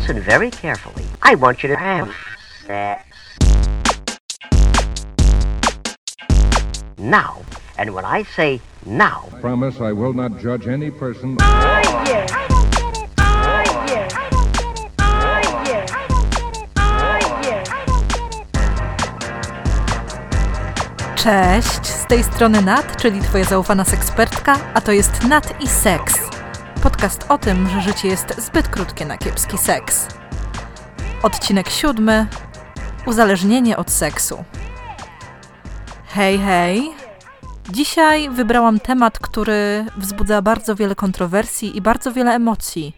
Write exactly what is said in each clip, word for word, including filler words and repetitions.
listen very carefully. I want you to have sex. Now. And when I say now... I promise I will not judge any person... Oh, yeah. I don't get it. Oh, yeah. I don't get it. Oh, yeah. I don't get it. Oh, yeah. I don't get it. Cześć, z tej strony Nat, czyli twoja zaufana sekspertka, a to jest Nat i Seks. Podcast o tym, że życie jest zbyt krótkie na kiepski seks. Odcinek siódmy. Uzależnienie od seksu. Hej, hej. Dzisiaj wybrałam temat, który wzbudza bardzo wiele kontrowersji i bardzo wiele emocji.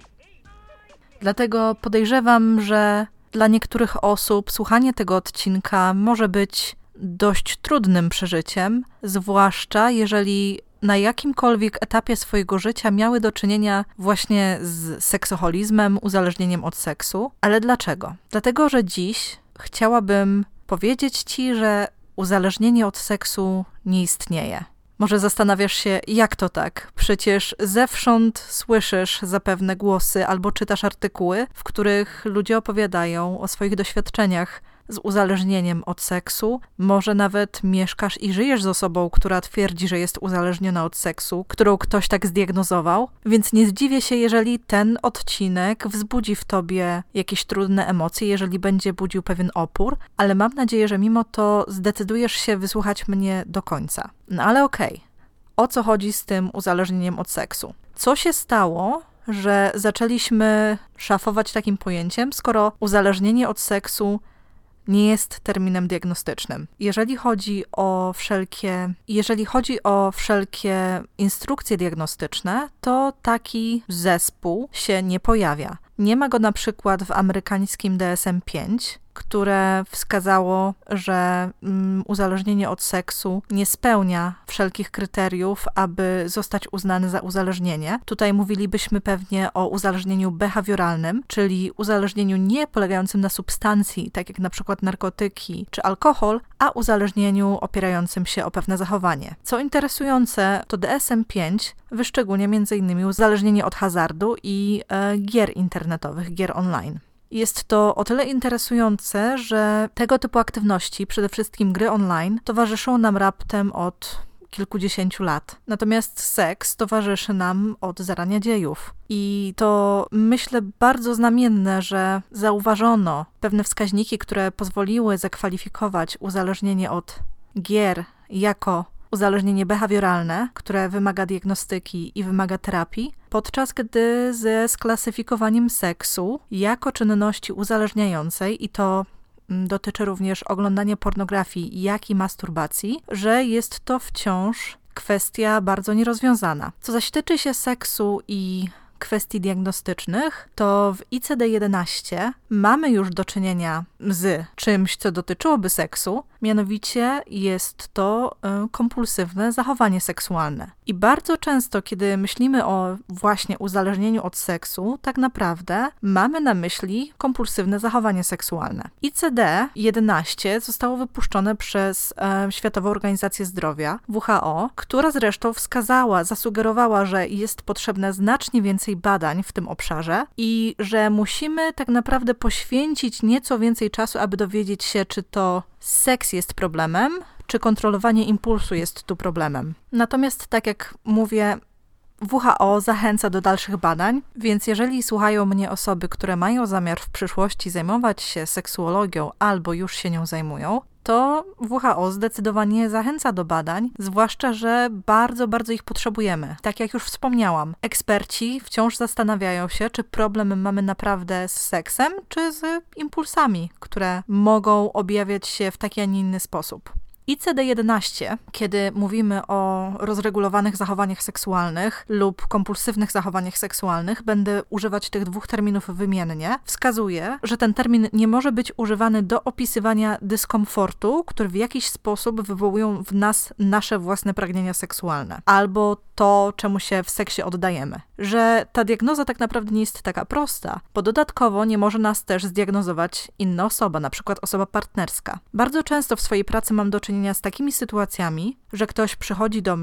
Dlatego podejrzewam, że dla niektórych osób słuchanie tego odcinka może być dość trudnym przeżyciem, zwłaszcza jeżeli na jakimkolwiek etapie swojego życia miały do czynienia właśnie z seksoholizmem, uzależnieniem od seksu. Ale dlaczego? Dlatego, że dziś chciałabym powiedzieć Ci, że uzależnienie od seksu nie istnieje. Może zastanawiasz się, jak to tak? Przecież zewsząd słyszysz zapewne głosy albo czytasz artykuły, w których ludzie opowiadają o swoich doświadczeniach z uzależnieniem od seksu. Może nawet mieszkasz i żyjesz z osobą, która twierdzi, że jest uzależniona od seksu, którą ktoś tak zdiagnozował, więc nie zdziwię się, jeżeli ten odcinek wzbudzi w tobie jakieś trudne emocje, jeżeli będzie budził pewien opór, ale mam nadzieję, że mimo to zdecydujesz się wysłuchać mnie do końca. No ale okej, okay. O co chodzi z tym uzależnieniem od seksu? Co się stało, że zaczęliśmy szafować takim pojęciem, skoro uzależnienie od seksu nie jest terminem diagnostycznym. Jeżeli chodzi o wszelkie, jeżeli chodzi o wszelkie instrukcje diagnostyczne, to taki zespół się nie pojawia. Nie ma go na przykład w amerykańskim D S M pięć, które wskazało, że mm, uzależnienie od seksu nie spełnia wszelkich kryteriów, aby zostać uznany za uzależnienie. Tutaj mówilibyśmy pewnie o uzależnieniu behawioralnym, czyli uzależnieniu nie polegającym na substancji, tak jak na przykład narkotyki czy alkohol, a uzależnieniu opierającym się o pewne zachowanie. Co interesujące, to D S M pięć wyszczególnia między innymi uzależnienie od hazardu i e, gier internetowych, gier online. Jest to o tyle interesujące, że tego typu aktywności, przede wszystkim gry online, towarzyszą nam raptem od kilkudziesięciu lat. Natomiast seks towarzyszy nam od zarania dziejów. I to, myślę, bardzo znamienne, że zauważono pewne wskaźniki, które pozwoliły zakwalifikować uzależnienie od gier jako uzależnienie behawioralne, które wymaga diagnostyki i wymaga terapii, podczas gdy ze sklasyfikowaniem seksu jako czynności uzależniającej, i to dotyczy również oglądania pornografii, jak i masturbacji, że jest to wciąż kwestia bardzo nierozwiązana. Co zaś tyczy się seksu i kwestii diagnostycznych, to w I C D jedenaście mamy już do czynienia z czymś, co dotyczyłoby seksu, mianowicie jest to y, kompulsywne zachowanie seksualne. I bardzo często, kiedy myślimy o właśnie uzależnieniu od seksu, tak naprawdę mamy na myśli kompulsywne zachowanie seksualne. I C D jedenaście zostało wypuszczone przez e, Światową Organizację Zdrowia, W H O, która zresztą wskazała, zasugerowała, że jest potrzebne znacznie więcej badań w tym obszarze i że musimy tak naprawdę poświęcić nieco więcej czasu, aby dowiedzieć się, czy to seks jest problemem, czy kontrolowanie impulsu jest tu problemem. Natomiast, tak jak mówię, W H O zachęca do dalszych badań, więc jeżeli słuchają mnie osoby, które mają zamiar w przyszłości zajmować się seksuologią albo już się nią zajmują, to W H O zdecydowanie zachęca do badań, zwłaszcza, że bardzo, bardzo ich potrzebujemy. Tak jak już wspomniałam, eksperci wciąż zastanawiają się, czy problem mamy naprawdę z seksem, czy z impulsami, które mogą objawiać się w taki, a nie inny sposób. I C D jedenaście, kiedy mówimy o rozregulowanych zachowaniach seksualnych lub kompulsywnych zachowaniach seksualnych, będę używać tych dwóch terminów wymiennie, wskazuje, że ten termin nie może być używany do opisywania dyskomfortu, który w jakiś sposób wywołują w nas nasze własne pragnienia seksualne, albo to, czemu się w seksie oddajemy. Że ta diagnoza tak naprawdę nie jest taka prosta, bo dodatkowo nie może nas też zdiagnozować inna osoba, na przykład osoba partnerska. Bardzo często w swojej pracy mam do czynienia z takimi sytuacjami, że ktoś przychodzi do mnie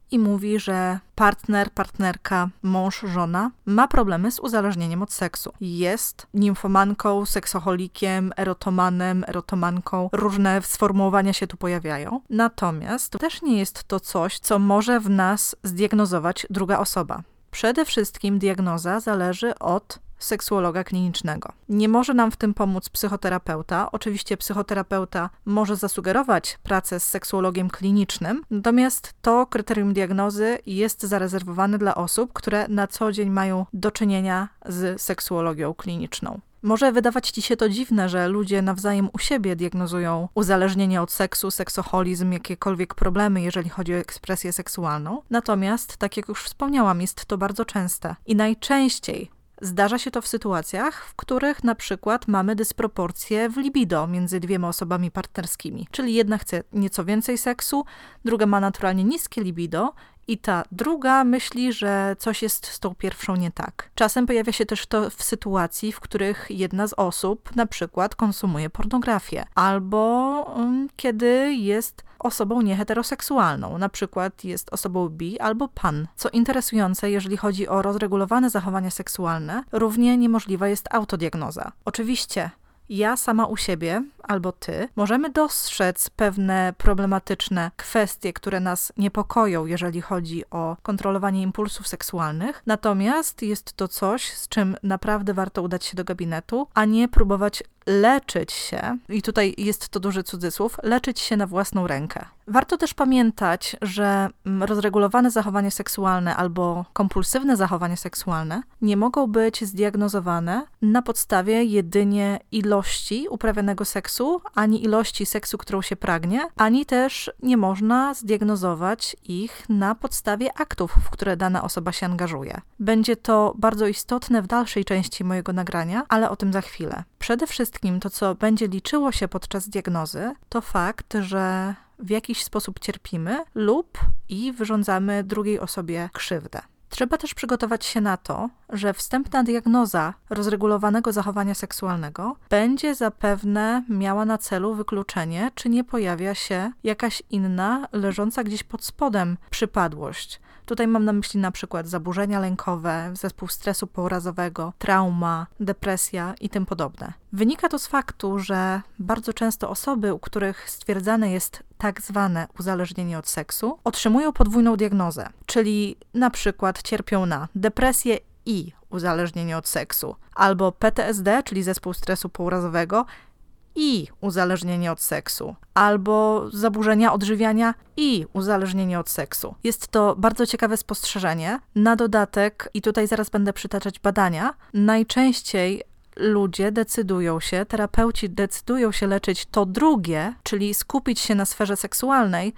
i mówi, że partner, partnerka, mąż, żona ma problemy z uzależnieniem od seksu. Jest nimfomanką, seksoholikiem, erotomanem, erotomanką. Różne sformułowania się tu pojawiają. Natomiast też nie jest to coś, co może w nas zdiagnozować druga osoba. Przede wszystkim diagnoza zależy od seksuologa klinicznego. Nie może nam w tym pomóc psychoterapeuta. Oczywiście psychoterapeuta może zasugerować pracę z seksuologiem klinicznym, natomiast to kryterium diagnozy jest zarezerwowane dla osób, które na co dzień mają do czynienia z seksuologią kliniczną. Może wydawać ci się to dziwne, że ludzie nawzajem u siebie diagnozują uzależnienie od seksu, seksoholizm, jakiekolwiek problemy, jeżeli chodzi o ekspresję seksualną. Natomiast, tak jak już wspomniałam, jest to bardzo częste i najczęściej zdarza się to w sytuacjach, w których na przykład mamy dysproporcje w libido między dwiema osobami partnerskimi. Czyli jedna chce nieco więcej seksu, druga ma naturalnie niskie libido i ta druga myśli, że coś jest z tą pierwszą nie tak. Czasem pojawia się też to w sytuacji, w których jedna z osób na przykład konsumuje pornografię albo um, kiedy jest osobą nieheteroseksualną, na przykład jest osobą bi albo pan. Co interesujące, jeżeli chodzi o rozregulowane zachowania seksualne, równie niemożliwa jest autodiagnoza. Oczywiście ja sama u siebie, albo ty, możemy dostrzec pewne problematyczne kwestie, które nas niepokoją, jeżeli chodzi o kontrolowanie impulsów seksualnych, natomiast jest to coś, z czym naprawdę warto udać się do gabinetu, a nie próbować leczyć się, i tutaj jest to duży cudzysłów, leczyć się na własną rękę. Warto też pamiętać, że rozregulowane zachowanie seksualne albo kompulsywne zachowanie seksualne nie mogą być zdiagnozowane na podstawie jedynie ilości uprawianego seksu, ani ilości seksu, którą się pragnie, ani też nie można zdiagnozować ich na podstawie aktów, w które dana osoba się angażuje. Będzie to bardzo istotne w dalszej części mojego nagrania, ale o tym za chwilę. Przede wszystkim to, co będzie liczyło się podczas diagnozy, to fakt, że w jakiś sposób cierpimy lub i wyrządzamy drugiej osobie krzywdę. Trzeba też przygotować się na to, że wstępna diagnoza rozregulowanego zachowania seksualnego będzie zapewne miała na celu wykluczenie, czy nie pojawia się jakaś inna, leżąca gdzieś pod spodem przypadłość. Tutaj mam na myśli na przykład zaburzenia lękowe, zespół stresu pourazowego, trauma, depresja i tym podobne. Wynika to z faktu, że bardzo często osoby, u których stwierdzane jest tak zwane uzależnienie od seksu, otrzymują podwójną diagnozę, czyli na przykład cierpią na depresję i uzależnienie od seksu, albo P T S D, czyli zespół stresu pourazowego, i uzależnienie od seksu, albo zaburzenia odżywiania i uzależnienie od seksu. Jest to bardzo ciekawe spostrzeżenie. Na dodatek, i tutaj zaraz będę przytaczać badania, najczęściej ludzie decydują się, terapeuci decydują się leczyć to drugie, czyli skupić się na sferze seksualnej,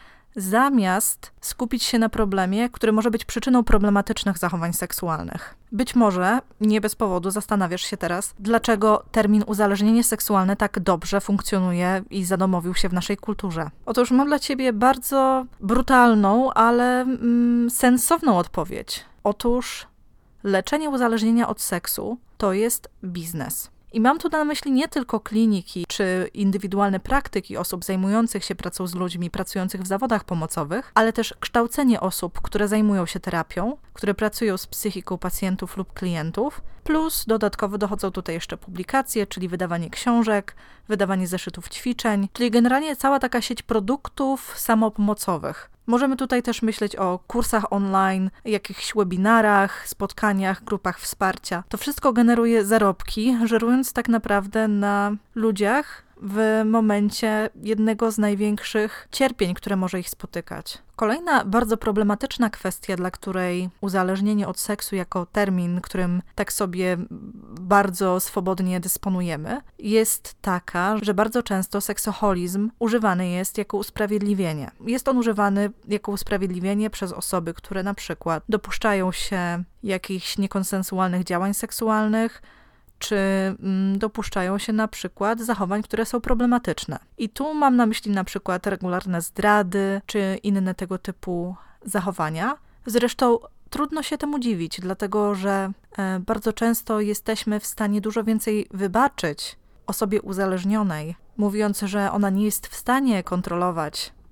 zamiast skupić się na problemie, który może być przyczyną problematycznych zachowań seksualnych. Być może, nie bez powodu, zastanawiasz się teraz, dlaczego termin uzależnienie seksualne tak dobrze funkcjonuje i zadomowił się w naszej kulturze. Otóż mam dla ciebie bardzo brutalną, ale mm, sensowną odpowiedź. Otóż leczenie uzależnienia od seksu to jest biznes. I mam tu na myśli nie tylko kliniki czy indywidualne praktyki osób zajmujących się pracą z ludźmi, pracujących w zawodach pomocowych, ale też kształcenie osób, które zajmują się terapią, które pracują z psychiką pacjentów lub klientów, plus dodatkowo dochodzą tutaj jeszcze publikacje, czyli wydawanie książek, wydawanie zeszytów ćwiczeń, czyli generalnie cała taka sieć produktów samopomocowych. Możemy tutaj też myśleć o kursach online, jakichś webinarach, spotkaniach, grupach wsparcia. To wszystko generuje zarobki, żerując tak naprawdę na ludziach w momencie jednego z największych cierpień, które może ich spotykać. Kolejna bardzo problematyczna kwestia, dla której uzależnienie od seksu jako termin, którym tak sobie bardzo swobodnie dysponujemy, jest taka, że bardzo często seksoholizm używany jest jako usprawiedliwienie. Jest on używany jako usprawiedliwienie przez osoby, które na przykład dopuszczają się jakichś niekonsensualnych działań seksualnych, czy mm, dopuszczają się na przykład zachowań, które są problematyczne. I tu mam na myśli na przykład regularne zdrady, czy inne tego typu zachowania. Zresztą trudno się temu dziwić, dlatego że e, bardzo często jesteśmy w stanie dużo więcej wybaczyć osobie uzależnionej, mówiąc, że ona nie jest w stanie kontrolować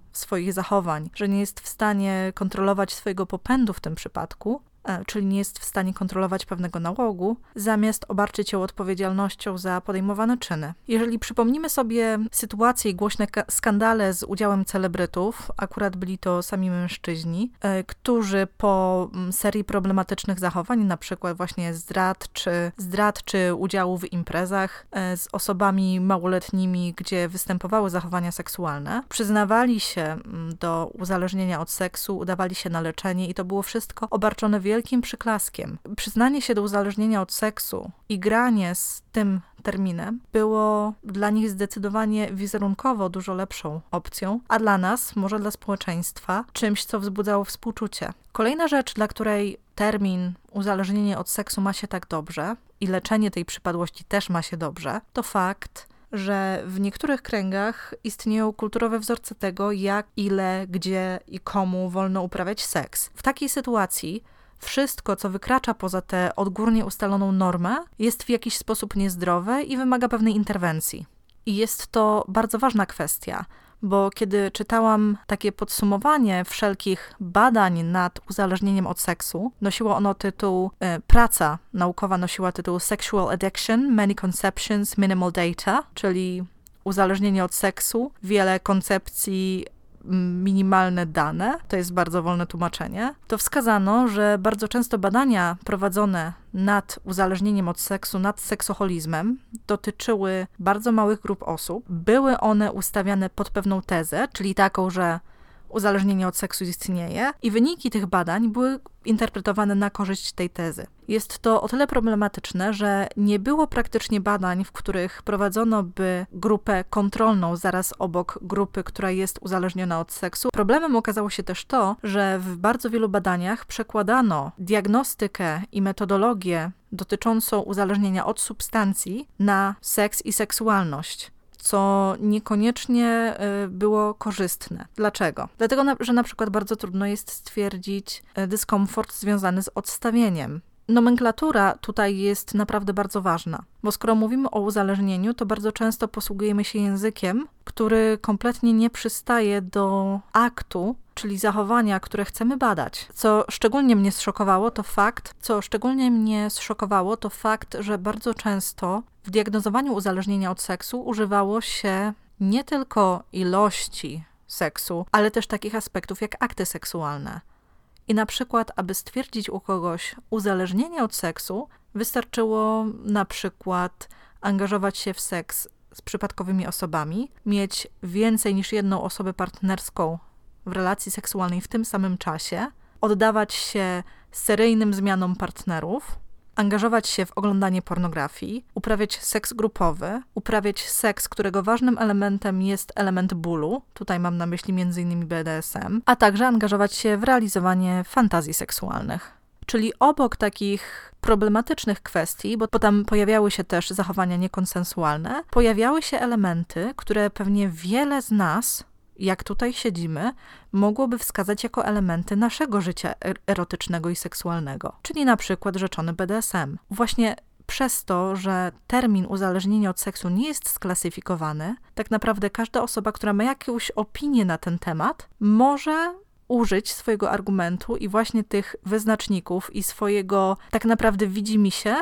swoich zachowań, że nie jest w stanie kontrolować swojego popędu w tym przypadku, czyli nie jest w stanie kontrolować pewnego nałogu, zamiast obarczyć ją odpowiedzialnością za podejmowane czyny. Jeżeli przypomnimy sobie sytuacje i głośne skandale z udziałem celebrytów, akurat byli to sami mężczyźni, którzy po serii problematycznych zachowań, na przykład właśnie zdrad czy, zdrad czy udziału w imprezach z osobami małoletnimi, gdzie występowały zachowania seksualne, przyznawali się do uzależnienia od seksu, udawali się na leczenie i to było wszystko obarczone wielkim przyklaskiem. Przyznanie się do uzależnienia od seksu i granie z tym terminem było dla nich zdecydowanie wizerunkowo dużo lepszą opcją, a dla nas, może dla społeczeństwa, czymś, co wzbudzało współczucie. Kolejna rzecz, dla której termin uzależnienie od seksu ma się tak dobrze i leczenie tej przypadłości też ma się dobrze, to fakt, że w niektórych kręgach istnieją kulturowe wzorce tego, jak, ile, gdzie i komu wolno uprawiać seks. W takiej sytuacji wszystko, co wykracza poza tę odgórnie ustaloną normę, jest w jakiś sposób niezdrowe i wymaga pewnej interwencji. I jest to bardzo ważna kwestia, bo kiedy czytałam takie podsumowanie wszelkich badań nad uzależnieniem od seksu, nosiło ono tytuł, e, praca naukowa nosiła tytuł Sexual Addiction, Many Conceptions, Minimal Data, czyli uzależnienie od seksu, wiele koncepcji, minimalne dane, to jest bardzo wolne tłumaczenie, to wskazano, że bardzo często badania prowadzone nad uzależnieniem od seksu, nad seksoholizmem dotyczyły bardzo małych grup osób. Były one ustawiane pod pewną tezę, czyli taką, że uzależnienie od seksu istnieje i wyniki tych badań były interpretowane na korzyść tej tezy. Jest to o tyle problematyczne, że nie było praktycznie badań, w których prowadzono by grupę kontrolną zaraz obok grupy, która jest uzależniona od seksu. Problemem okazało się też to, że w bardzo wielu badaniach przekładano diagnostykę i metodologię dotyczącą uzależnienia od substancji na seks i seksualność, co niekoniecznie było korzystne. Dlaczego? Dlatego, że na przykład bardzo trudno jest stwierdzić dyskomfort związany z odstawieniem. Nomenklatura tutaj jest naprawdę bardzo ważna, bo skoro mówimy o uzależnieniu, to bardzo często posługujemy się językiem, który kompletnie nie przystaje do aktu, czyli zachowania, które chcemy badać. Co szczególnie mnie zszokowało, to fakt, co szczególnie mnie zszokowało, to fakt, że bardzo często w diagnozowaniu uzależnienia od seksu używało się nie tylko ilości seksu, ale też takich aspektów jak akty seksualne. I na przykład, aby stwierdzić u kogoś uzależnienie od seksu, wystarczyło na przykład angażować się w seks z przypadkowymi osobami, mieć więcej niż jedną osobę partnerską w relacji seksualnej w tym samym czasie, oddawać się seryjnym zmianom partnerów, angażować się w oglądanie pornografii, uprawiać seks grupowy, uprawiać seks, którego ważnym elementem jest element bólu, tutaj mam na myśli między innymi B D S M, a także angażować się w realizowanie fantazji seksualnych. Czyli obok takich problematycznych kwestii, bo, bo tam pojawiały się też zachowania niekonsensualne, pojawiały się elementy, które pewnie wiele z nas, jak tutaj siedzimy, mogłoby wskazać jako elementy naszego życia erotycznego i seksualnego, czyli na przykład rzeczony B D S M. Właśnie przez to, że termin uzależnienia od seksu nie jest sklasyfikowany, tak naprawdę każda osoba, która ma jakąś opinię na ten temat, może użyć swojego argumentu i właśnie tych wyznaczników i swojego tak naprawdę widzimisię,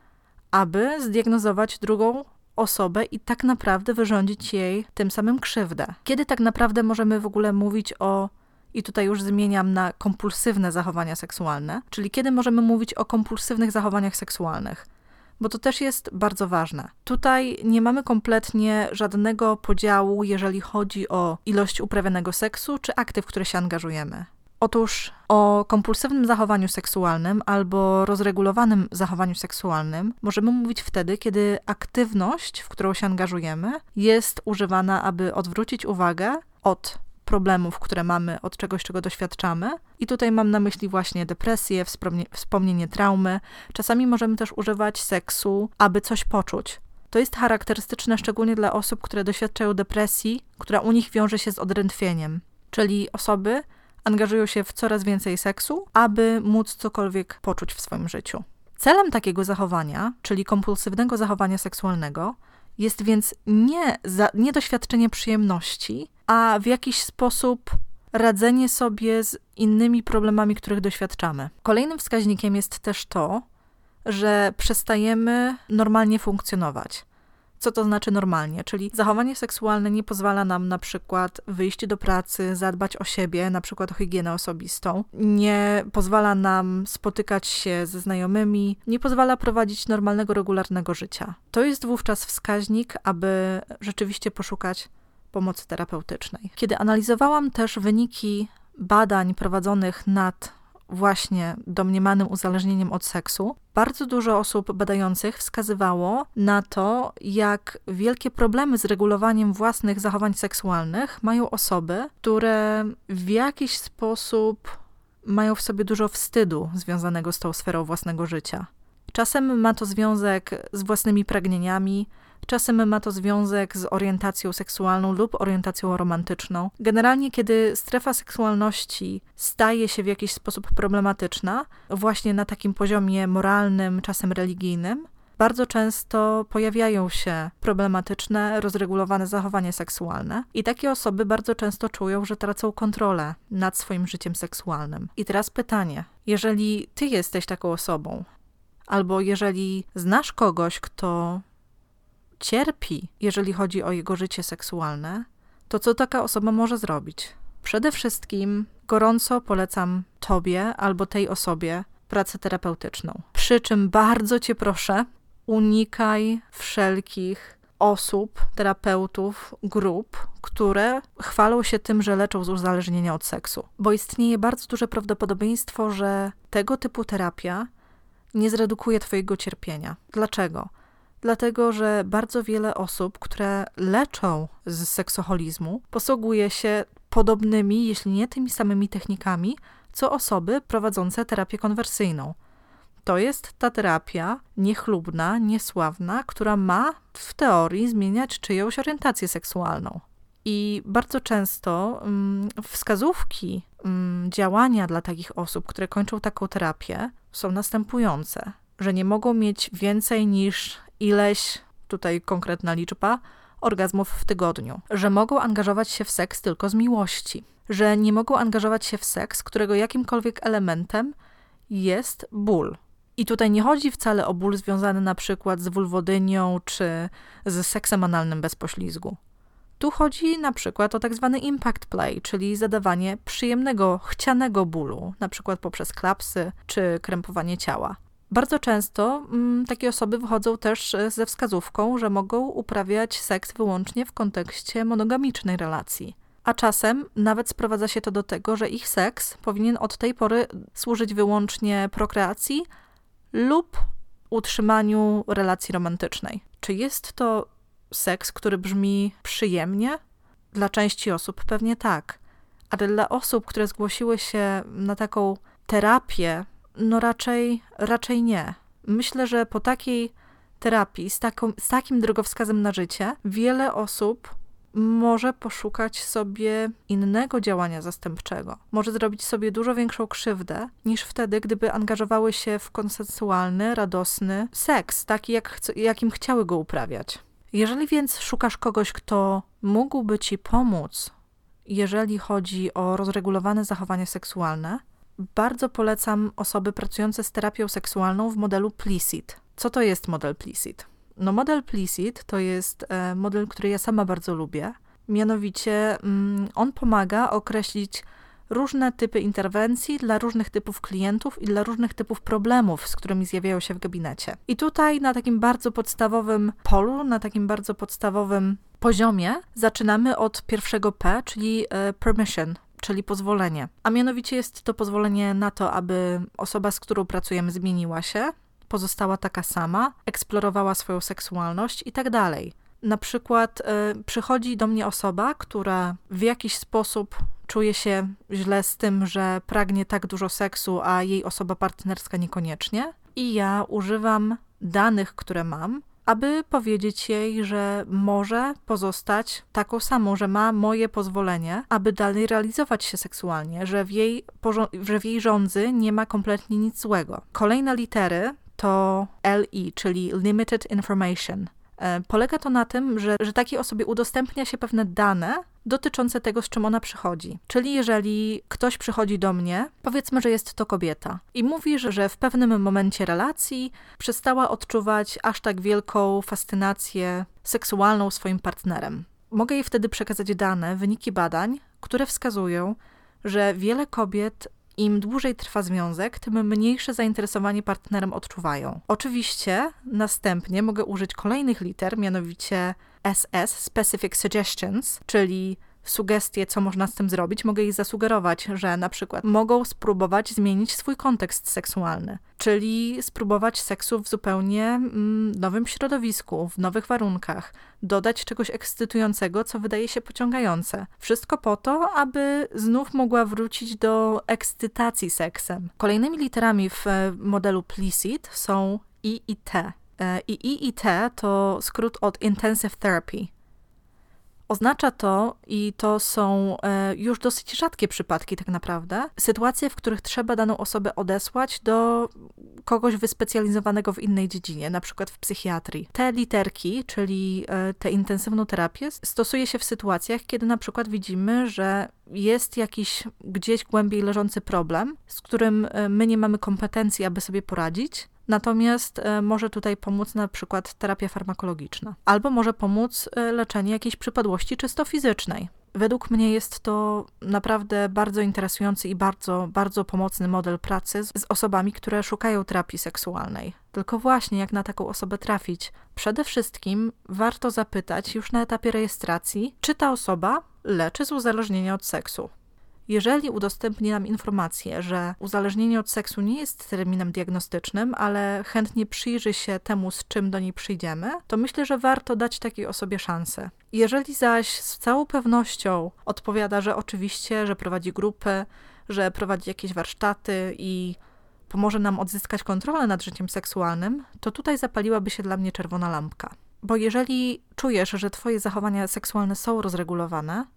aby zdiagnozować drugą osobę i tak naprawdę wyrządzić jej tym samym krzywdę. Kiedy tak naprawdę możemy w ogóle mówić o, i tutaj już zmieniam na kompulsywne zachowania seksualne, czyli kiedy możemy mówić o kompulsywnych zachowaniach seksualnych, bo to też jest bardzo ważne. Tutaj nie mamy kompletnie żadnego podziału, jeżeli chodzi o ilość uprawianego seksu, czy akty, w które się angażujemy. Otóż o kompulsywnym zachowaniu seksualnym albo rozregulowanym zachowaniu seksualnym możemy mówić wtedy, kiedy aktywność, w którą się angażujemy, jest używana, aby odwrócić uwagę od problemów, które mamy, od czegoś, czego doświadczamy. I tutaj mam na myśli właśnie depresję, wspomnie, wspomnienie traumy. Czasami możemy też używać seksu, aby coś poczuć. To jest charakterystyczne szczególnie dla osób, które doświadczają depresji, która u nich wiąże się z odrętwieniem. Czyli osoby angażują się w coraz więcej seksu, aby móc cokolwiek poczuć w swoim życiu. Celem takiego zachowania, czyli kompulsywnego zachowania seksualnego, jest więc nie, za, nie doświadczenie przyjemności, a w jakiś sposób radzenie sobie z innymi problemami, których doświadczamy. Kolejnym wskaźnikiem jest też to, że przestajemy normalnie funkcjonować. Co to znaczy normalnie? Czyli zachowanie seksualne nie pozwala nam na przykład wyjść do pracy, zadbać o siebie, na przykład o higienę osobistą. Nie pozwala nam spotykać się ze znajomymi, nie pozwala prowadzić normalnego, regularnego życia. To jest wówczas wskaźnik, aby rzeczywiście poszukać pomocy terapeutycznej. Kiedy analizowałam też wyniki badań prowadzonych nad właśnie domniemanym uzależnieniem od seksu, bardzo dużo osób badających wskazywało na to, jak wielkie problemy z regulowaniem własnych zachowań seksualnych mają osoby, które w jakiś sposób mają w sobie dużo wstydu związanego z tą sferą własnego życia. Czasem ma to związek z własnymi pragnieniami, czasem ma to związek z orientacją seksualną lub orientacją romantyczną. Generalnie, kiedy strefa seksualności staje się w jakiś sposób problematyczna, właśnie na takim poziomie moralnym, czasem religijnym, bardzo często pojawiają się problematyczne, rozregulowane zachowania seksualne i takie osoby bardzo często czują, że tracą kontrolę nad swoim życiem seksualnym. I teraz pytanie, jeżeli ty jesteś taką osobą, albo jeżeli znasz kogoś, kto cierpi, jeżeli chodzi o jego życie seksualne, to co taka osoba może zrobić? Przede wszystkim gorąco polecam tobie albo tej osobie pracę terapeutyczną. Przy czym bardzo cię proszę, unikaj wszelkich osób, terapeutów, grup, które chwalą się tym, że leczą z uzależnienia od seksu. Bo istnieje bardzo duże prawdopodobieństwo, że tego typu terapia nie zredukuje twojego cierpienia. Dlaczego? Dlatego, że bardzo wiele osób, które leczą z seksoholizmu, posługuje się podobnymi, jeśli nie tymi samymi technikami, co osoby prowadzące terapię konwersyjną. To jest ta terapia niechlubna, niesławna, która ma w teorii zmieniać czyjąś orientację seksualną. I bardzo często mm, wskazówki mm, działania dla takich osób, które kończą taką terapię, są następujące, że nie mogą mieć więcej niż ileś, tutaj konkretna liczba, orgazmów w tygodniu, że mogą angażować się w seks tylko z miłości, że nie mogą angażować się w seks, którego jakimkolwiek elementem jest ból. I tutaj nie chodzi wcale o ból związany na przykład z wulwodynią czy z seksem analnym bez poślizgu. Tu chodzi na przykład o tak zwany impact play, czyli zadawanie przyjemnego, chcianego bólu, na przykład poprzez klapsy czy krępowanie ciała. Bardzo często mm, takie osoby wychodzą też ze wskazówką, że mogą uprawiać seks wyłącznie w kontekście monogamicznej relacji. A czasem nawet sprowadza się to do tego, że ich seks powinien od tej pory służyć wyłącznie prokreacji lub utrzymaniu relacji romantycznej. Czy jest to seks, który brzmi przyjemnie? Dla części osób pewnie tak, ale dla osób, które zgłosiły się na taką terapię, no raczej, raczej nie. Myślę, że po takiej terapii, z, taką, z takim drogowskazem na życie, wiele osób może poszukać sobie innego działania zastępczego. Może zrobić sobie dużo większą krzywdę, niż wtedy, gdyby angażowały się w konsensualny, radosny seks, taki jak, jakim chciały go uprawiać. Jeżeli więc szukasz kogoś, kto mógłby ci pomóc, jeżeli chodzi o rozregulowane zachowania seksualne, bardzo polecam osoby pracujące z terapią seksualną w modelu Plicit. Co to jest model Plicit? No model Plicit to jest e, model, który ja sama bardzo lubię. Mianowicie mm, on pomaga określić różne typy interwencji dla różnych typów klientów i dla różnych typów problemów, z którymi zjawiają się w gabinecie. I tutaj na takim bardzo podstawowym polu, na takim bardzo podstawowym poziomie zaczynamy od pierwszego P, czyli e, permission, czyli pozwolenie. A mianowicie jest to pozwolenie na to, aby osoba, z którą pracujemy, zmieniła się, pozostała taka sama, eksplorowała swoją seksualność i tak dalej. Na przykład y, przychodzi do mnie osoba, która w jakiś sposób czuje się źle z tym, że pragnie tak dużo seksu, a jej osoba partnerska niekoniecznie. I ja używam danych, które mam, aby powiedzieć jej, że może pozostać taką samą, że ma moje pozwolenie, aby dalej realizować się seksualnie, że w jej, że w jej żądzy nie ma kompletnie nic złego. Kolejne litery to L I, czyli Limited Information. Polega to na tym, że, że takiej osobie udostępnia się pewne dane dotyczące tego, z czym ona przychodzi. Czyli jeżeli ktoś przychodzi do mnie, powiedzmy, że jest to kobieta i mówi, że, że w pewnym momencie relacji przestała odczuwać aż tak wielką fascynację seksualną swoim partnerem. Mogę jej wtedy przekazać dane, wyniki badań, które wskazują, że wiele kobiet, im dłużej trwa związek, tym mniejsze zainteresowanie partnerem odczuwają. Oczywiście następnie mogę użyć kolejnych liter, mianowicie S S, Specific Suggestions, czyli sugestie, co można z tym zrobić. Mogę jej zasugerować, że na przykład mogą spróbować zmienić swój kontekst seksualny, czyli spróbować seksu w zupełnie mm, nowym środowisku, w nowych warunkach, dodać czegoś ekscytującego, co wydaje się pociągające. Wszystko po to, aby znów mogła wrócić do ekscytacji seksem. Kolejnymi literami w modelu Plicit są I i T. I I i T to skrót od Intensive Therapy. Oznacza to, i to są e, już dosyć rzadkie przypadki tak naprawdę, sytuacje, w których trzeba daną osobę odesłać do kogoś wyspecjalizowanego w innej dziedzinie, na przykład w psychiatrii. Te literki, czyli e, tę intensywną terapię, stosuje się w sytuacjach, kiedy na przykład widzimy, że jest jakiś gdzieś głębiej leżący problem, z którym my nie mamy kompetencji, aby sobie poradzić. Natomiast może tutaj pomóc na przykład terapia farmakologiczna. Albo może pomóc leczenie jakiejś przypadłości czysto fizycznej. Według mnie jest to naprawdę bardzo interesujący i bardzo, bardzo pomocny model pracy z osobami, które szukają terapii seksualnej. Tylko właśnie jak na taką osobę trafić? Przede wszystkim warto zapytać już na etapie rejestracji, czy ta osoba leczy z uzależnienia od seksu. Jeżeli udostępni nam informację, że uzależnienie od seksu nie jest terminem diagnostycznym, ale chętnie przyjrzy się temu, z czym do niej przyjdziemy, to myślę, że warto dać takiej osobie szansę. Jeżeli zaś z całą pewnością odpowiada, że oczywiście, że prowadzi grupy, że prowadzi jakieś warsztaty i pomoże nam odzyskać kontrolę nad życiem seksualnym, to tutaj zapaliłaby się dla mnie czerwona lampka. Bo jeżeli czujesz, że twoje zachowania seksualne są rozregulowane,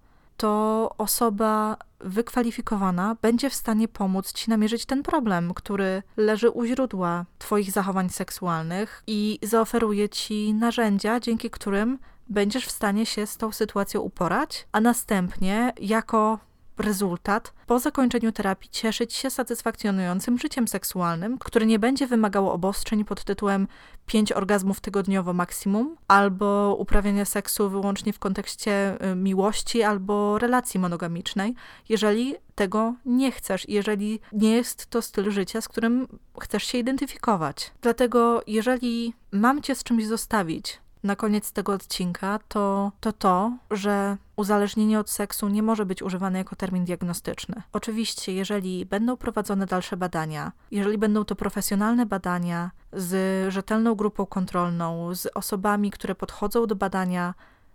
to osoba wykwalifikowana będzie w stanie pomóc ci namierzyć ten problem, który leży u źródła twoich zachowań seksualnych i zaoferuje ci narzędzia, dzięki którym będziesz w stanie się z tą sytuacją uporać, a następnie jako rezultat po zakończeniu terapii cieszyć się satysfakcjonującym życiem seksualnym, które nie będzie wymagało obostrzeń pod tytułem pięć orgazmów tygodniowo maksimum, albo uprawiania seksu wyłącznie w kontekście miłości albo relacji monogamicznej, jeżeli tego nie chcesz, jeżeli nie jest to styl życia, z którym chcesz się identyfikować. Dlatego jeżeli mam cię z czymś zostawić na koniec tego odcinka, to, to to, że uzależnienie od seksu nie może być używane jako termin diagnostyczny. Oczywiście, jeżeli będą prowadzone dalsze badania, jeżeli będą to profesjonalne badania z rzetelną grupą kontrolną, z osobami, które podchodzą do badania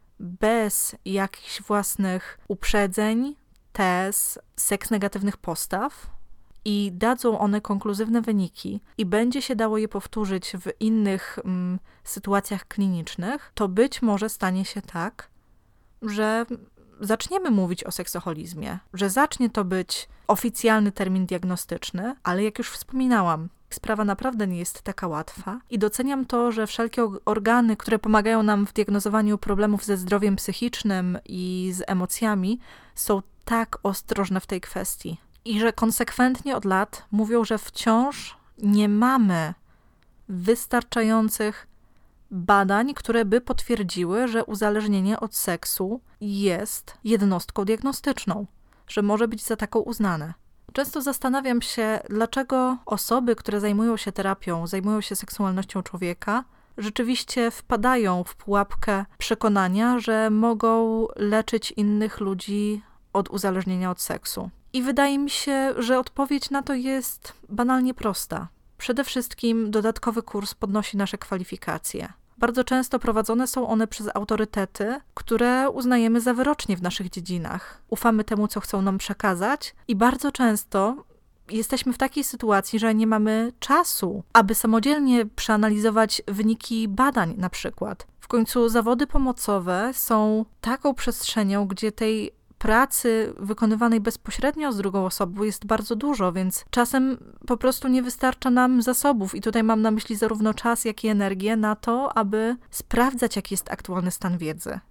bez jakichś własnych uprzedzeń, tez, seks negatywnych postaw, i dadzą one konkluzywne wyniki i będzie się dało je powtórzyć w innych mm, sytuacjach klinicznych, to być może stanie się tak, że zaczniemy mówić o seksoholizmie, że zacznie to być oficjalny termin diagnostyczny, ale jak już wspominałam, sprawa naprawdę nie jest taka łatwa i doceniam to, że wszelkie organy, które pomagają nam w diagnozowaniu problemów ze zdrowiem psychicznym i z emocjami, są tak ostrożne w tej kwestii. I że konsekwentnie od lat mówią, że wciąż nie mamy wystarczających badań, które by potwierdziły, że uzależnienie od seksu jest jednostką diagnostyczną, że może być za taką uznane. Często zastanawiam się, dlaczego osoby, które zajmują się terapią, zajmują się seksualnością człowieka, rzeczywiście wpadają w pułapkę przekonania, że mogą leczyć innych ludzi od uzależnienia od seksu. I wydaje mi się, że odpowiedź na to jest banalnie prosta. Przede wszystkim dodatkowy kurs podnosi nasze kwalifikacje. Bardzo często prowadzone są one przez autorytety, które uznajemy za wyrocznie w naszych dziedzinach. Ufamy temu, co chcą nam przekazać i bardzo często jesteśmy w takiej sytuacji, że nie mamy czasu, aby samodzielnie przeanalizować wyniki badań na przykład. W końcu zawody pomocowe są taką przestrzenią, gdzie tej pracy wykonywanej bezpośrednio z drugą osobą jest bardzo dużo, więc czasem po prostu nie wystarcza nam zasobów i tutaj mam na myśli zarówno czas, jak i energię na to, aby sprawdzać, jaki jest aktualny stan wiedzy.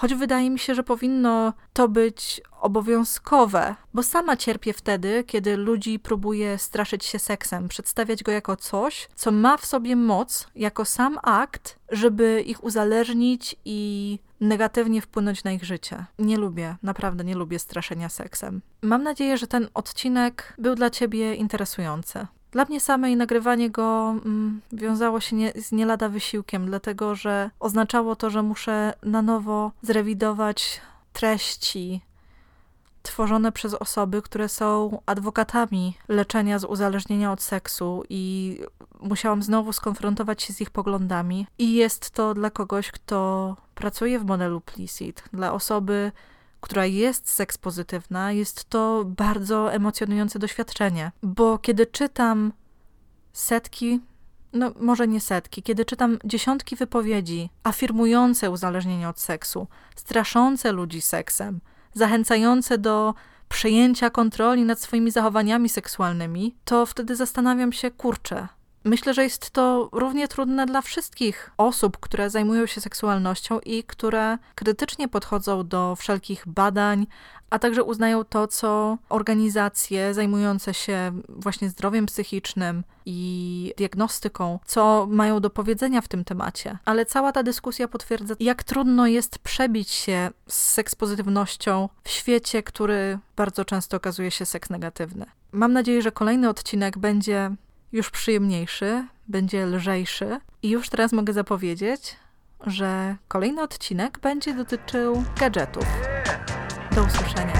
choć wydaje mi się, że powinno to być obowiązkowe, bo sama cierpię wtedy, kiedy ludzi próbuje straszyć się seksem, przedstawiać go jako coś, co ma w sobie moc, jako sam akt, żeby ich uzależnić i negatywnie wpłynąć na ich życie. Nie lubię, naprawdę nie lubię straszenia seksem. Mam nadzieję, że ten odcinek był dla ciebie interesujący. Dla mnie samej nagrywanie go mm, wiązało się nie, z nie lada wysiłkiem, dlatego że oznaczało to, że muszę na nowo zrewidować treści tworzone przez osoby, które są adwokatami leczenia z uzależnienia od seksu i musiałam znowu skonfrontować się z ich poglądami. I jest to dla kogoś, kto pracuje w modelu Please It, dla osoby, która jest sekspozytywna, jest to bardzo emocjonujące doświadczenie, bo kiedy czytam setki, no może nie setki, kiedy czytam dziesiątki wypowiedzi afirmujące uzależnienie od seksu, straszące ludzi seksem, zachęcające do przejęcia kontroli nad swoimi zachowaniami seksualnymi, to wtedy zastanawiam się, kurczę, myślę, że jest to równie trudne dla wszystkich osób, które zajmują się seksualnością i które krytycznie podchodzą do wszelkich badań, a także uznają to, co organizacje zajmujące się właśnie zdrowiem psychicznym i diagnostyką, co mają do powiedzenia w tym temacie. Ale cała ta dyskusja potwierdza, jak trudno jest przebić się z sekspozytywnością w świecie, który bardzo często okazuje się seks negatywny. Mam nadzieję, że kolejny odcinek będzie już przyjemniejszy, będzie lżejszy i już teraz mogę zapowiedzieć, że kolejny odcinek będzie dotyczył gadżetów. Do usłyszenia.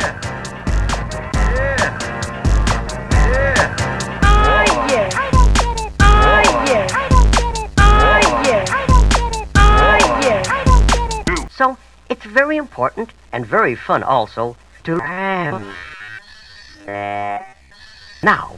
Oh yeah. I don't get it. Oh yeah. I don't get it. Oh yeah. I don't get it. Oh yeah. I don't get it. So, it's very important and very fun also to have that. Now,